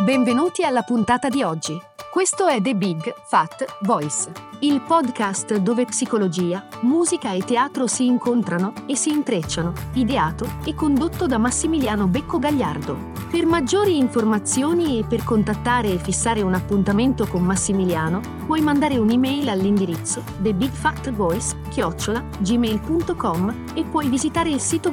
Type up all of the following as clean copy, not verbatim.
Benvenuti alla puntata di oggi. Questo è The Big Fat Voice, il podcast dove psicologia, musica e teatro si incontrano e si intrecciano, ideato e condotto da Massimiliano Becco Gagliardo. Per maggiori informazioni e per contattare e fissare un appuntamento con Massimiliano, puoi mandare un'email all'indirizzo thebigfatvoice@gmail.com e puoi visitare il sito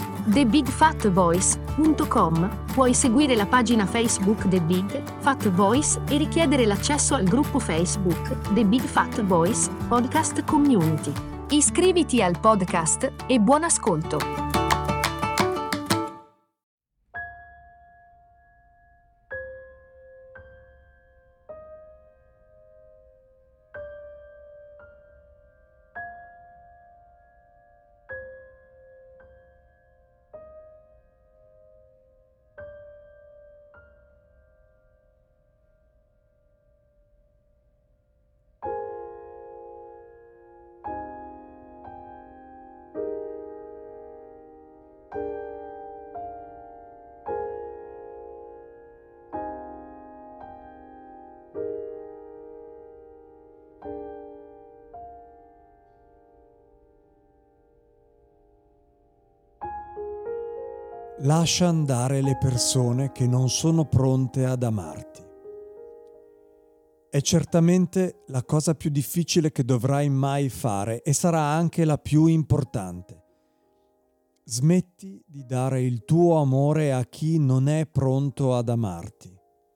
www.thebigfatvoice.com. Puoi seguire la pagina Facebook The Big Fat Voice e richiedere l'accesso al gruppo Facebook The Big Fat Voice Podcast Community. Iscriviti al podcast e buon ascolto! Lascia andare le persone che non sono pronte ad amarti. È certamente la cosa più difficile che dovrai mai fare e sarà anche la più importante. Smetti di dare il tuo amore a chi non è pronto ad amarti.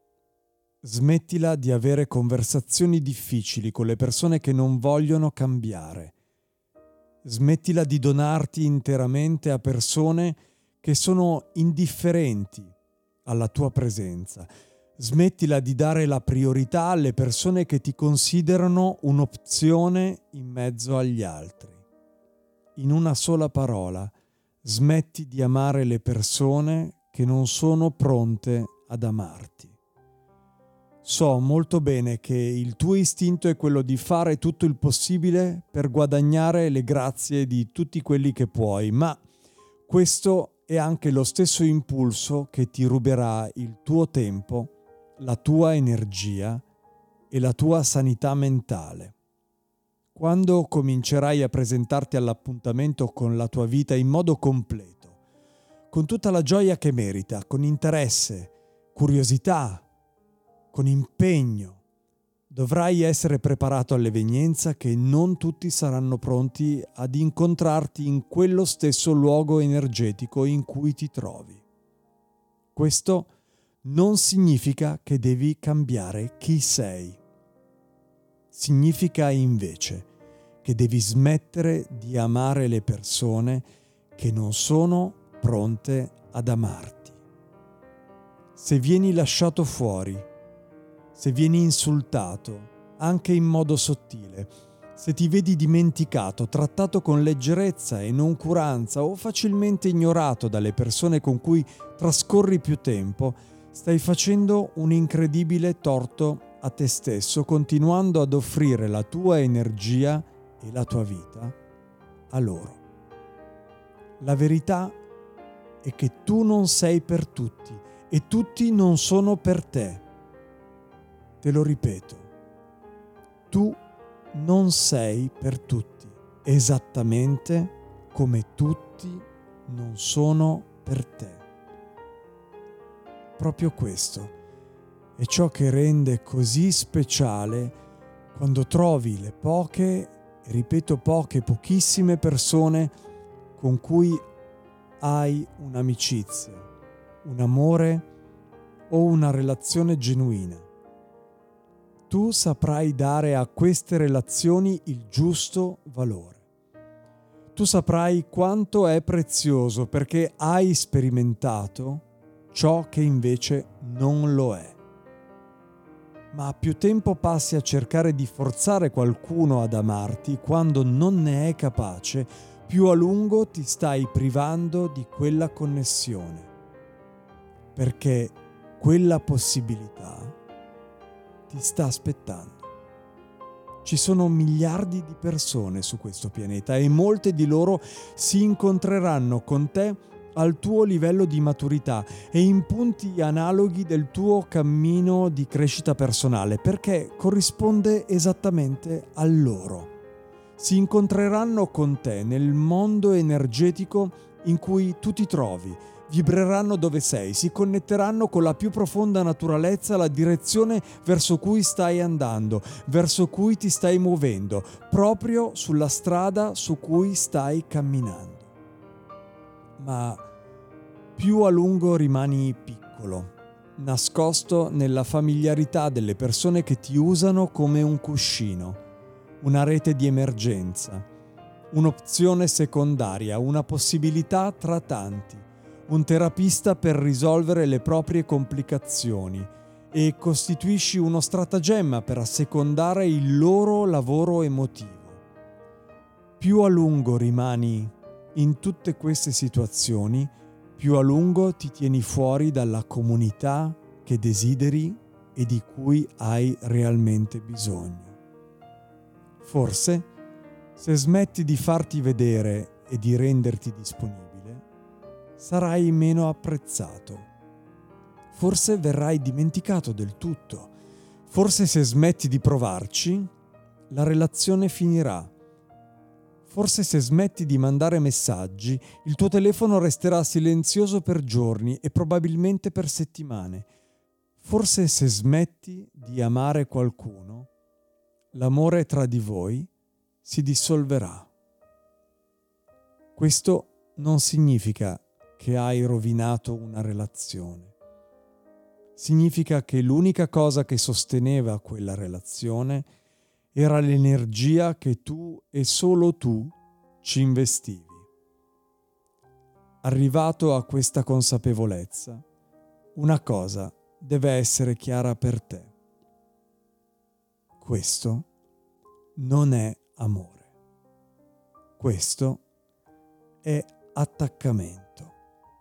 Smettila di avere conversazioni difficili con le persone che non vogliono cambiare. Smettila di donarti interamente a persone che sono indifferenti alla tua presenza. Smettila di dare la priorità alle persone che ti considerano un'opzione in mezzo agli altri. In una sola parola, smetti di amare le persone che non sono pronte ad amarti. So molto bene che il tuo istinto è quello di fare tutto il possibile per guadagnare le grazie di tutti quelli che puoi, ma questo è anche lo stesso impulso che ti ruberà il tuo tempo, la tua energia e la tua sanità mentale. Quando comincerai a presentarti all'appuntamento con la tua vita in modo completo, con tutta la gioia che merita, con interesse, curiosità, con impegno, dovrai essere preparato all'evenienza che non tutti saranno pronti ad incontrarti in quello stesso luogo energetico in cui ti trovi. Questo non significa che devi cambiare chi sei. Significa invece che devi smettere di amare le persone che non sono pronte ad amarti. Se vieni lasciato fuori, se vieni insultato, anche in modo sottile, se ti vedi dimenticato, trattato con leggerezza e noncuranza o facilmente ignorato dalle persone con cui trascorri più tempo, stai facendo un incredibile torto a te stesso, continuando ad offrire la tua energia e la tua vita a loro. La verità è che tu non sei per tutti e tutti non sono per te. Te lo ripeto, tu non sei per tutti, esattamente come tutti non sono per te. Proprio questo è ciò che rende così speciale quando trovi le poche, ripeto pochissime persone con cui hai un'amicizia, un amore o una relazione genuina. Tu saprai dare a queste relazioni il giusto valore. Tu saprai quanto è prezioso perché hai sperimentato ciò che invece non lo è. Ma più tempo passi a cercare di forzare qualcuno ad amarti quando non ne è capace, più a lungo ti stai privando di quella connessione. Perché quella possibilità ti sta aspettando. Ci sono miliardi di persone su questo pianeta e molte di loro si incontreranno con te al tuo livello di maturità e in punti analoghi del tuo cammino di crescita personale, perché corrisponde esattamente a loro. Si incontreranno con te nel mondo energetico in cui tu ti trovi, vibreranno dove sei, si connetteranno con la più profonda naturalezza alla direzione verso cui stai andando, verso cui ti stai muovendo, proprio sulla strada su cui stai camminando. Ma più a lungo rimani piccolo, nascosto nella familiarità delle persone che ti usano come un cuscino, una rete di emergenza, un'opzione secondaria, una possibilità tra tanti, un terapista per risolvere le proprie complicazioni e costituisci uno stratagemma per assecondare il loro lavoro emotivo. Più a lungo rimani in tutte queste situazioni, più a lungo ti tieni fuori dalla comunità che desideri e di cui hai realmente bisogno. Forse, se smetti di farti vedere e di renderti disponibile, sarai meno apprezzato. Forse verrai dimenticato del tutto. Forse se smetti di provarci, la relazione finirà. Forse se smetti di mandare messaggi, il tuo telefono resterà silenzioso per giorni e probabilmente per settimane. Forse se smetti di amare qualcuno, l'amore tra di voi si dissolverà. Questo non significa che hai rovinato una relazione. Significa che l'unica cosa che sosteneva quella relazione era l'energia che tu e solo tu ci investivi. Arrivato a questa consapevolezza, una cosa deve essere chiara per te. Questo non è amore. Questo è attaccamento.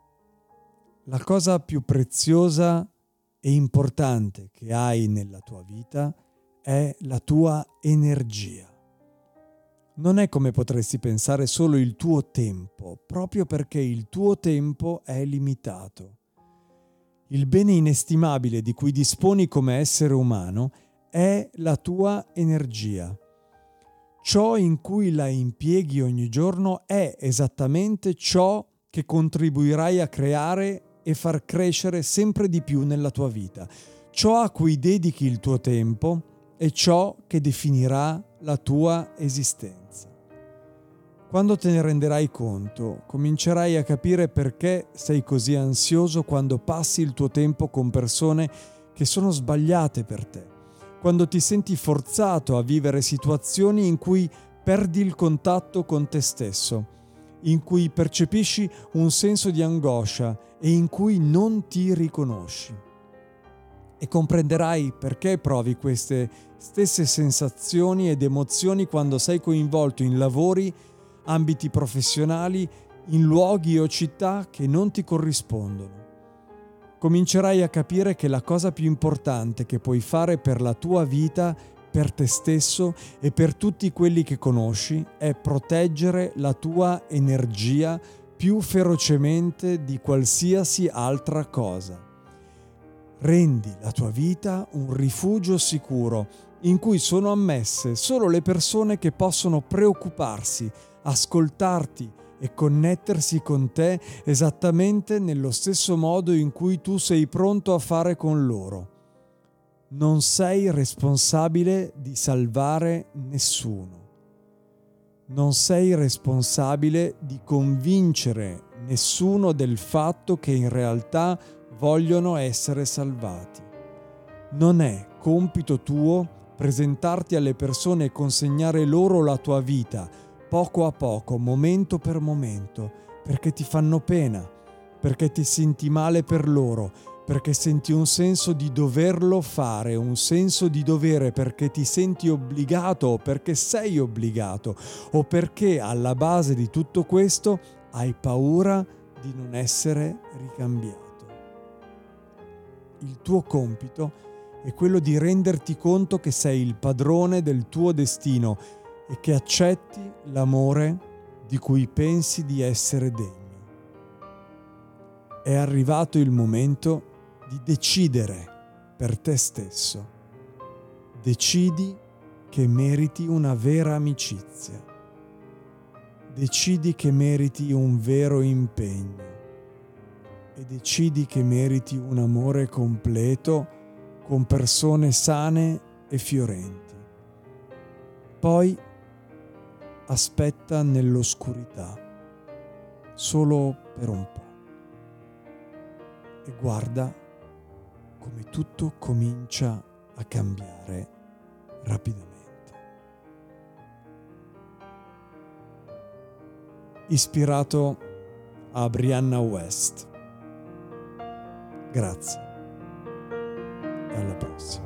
La cosa più preziosa e importante che hai nella tua vita è la tua energia. Non è come potresti pensare solo il tuo tempo, proprio perché il tuo tempo è limitato. Il bene inestimabile di cui disponi come essere umano è la tua energia. Ciò in cui la impieghi ogni giorno è esattamente ciò che contribuirai a creare e far crescere sempre di più nella tua vita. Ciò a cui dedichi il tuo tempo è ciò che definirà la tua esistenza. Quando te ne renderai conto, comincerai a capire perché sei così ansioso quando passi il tuo tempo con persone che sono sbagliate per te, quando ti senti forzato a vivere situazioni in cui perdi il contatto con te stesso, in cui percepisci un senso di angoscia e in cui non ti riconosci. E comprenderai perché provi queste stesse sensazioni ed emozioni quando sei coinvolto in lavori, ambiti professionali, in luoghi o città che non ti corrispondono. Comincerai a capire che la cosa più importante che puoi fare per la tua vita, per te stesso e per tutti quelli che conosci è proteggere la tua energia più ferocemente di qualsiasi altra cosa. Rendi la tua vita un rifugio sicuro in cui sono ammesse solo le persone che possono preoccuparsi, ascoltarti e connettersi con te esattamente nello stesso modo in cui tu sei pronto a fare con loro. Non sei responsabile di salvare nessuno. Non sei responsabile di convincere nessuno del fatto che in realtà vogliono essere salvati. Non è compito tuo presentarti alle persone e consegnare loro la tua vita, poco a poco, momento per momento, perché ti fanno pena, perché ti senti male per loro, perché senti un senso di doverlo fare, un senso di dovere perché ti senti obbligato o perché sei obbligato o perché alla base di tutto questo hai paura di non essere ricambiato. Il tuo compito è quello di renderti conto che sei il padrone del tuo destino e che accetti l'amore di cui pensi di essere degno. è arrivato il momento di decidere per te stesso. Decidi che meriti una vera amicizia. Decidi che meriti un vero impegno. E decidi che meriti un amore completo con persone sane e fiorenti. Poi aspetta nell'oscurità, solo per un po', e guarda come tutto comincia a cambiare rapidamente. Ispirato a Brianna West. Grazie e alla prossima.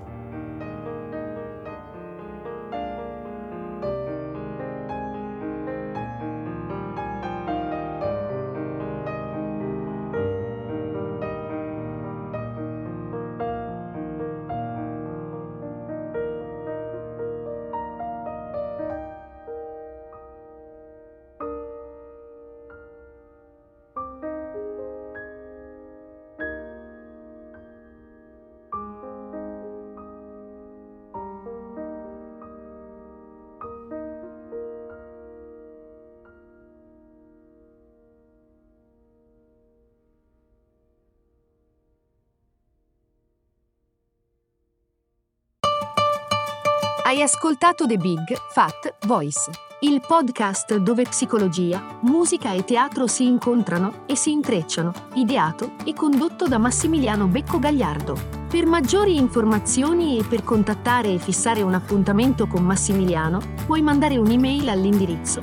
Hai ascoltato The Big Fat Voice, il podcast dove psicologia, musica e teatro si incontrano e si intrecciano, ideato e condotto da Massimiliano Becco Gagliardo. Per maggiori informazioni e per contattare e fissare un appuntamento con Massimiliano, puoi mandare un'email all'indirizzo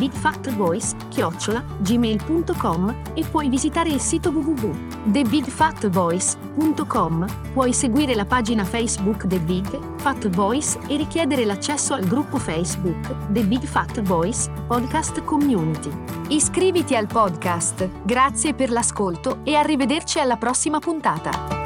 thebigfatvoice@gmail.com e puoi visitare il sito www.thebigfatvoice.com. Puoi seguire la pagina Facebook The Big Fat Voice e richiedere l'accesso al gruppo Facebook The Big Fat Voice Podcast Community. Iscriviti al podcast. Grazie per l'ascolto e arrivederci alla prossima puntata.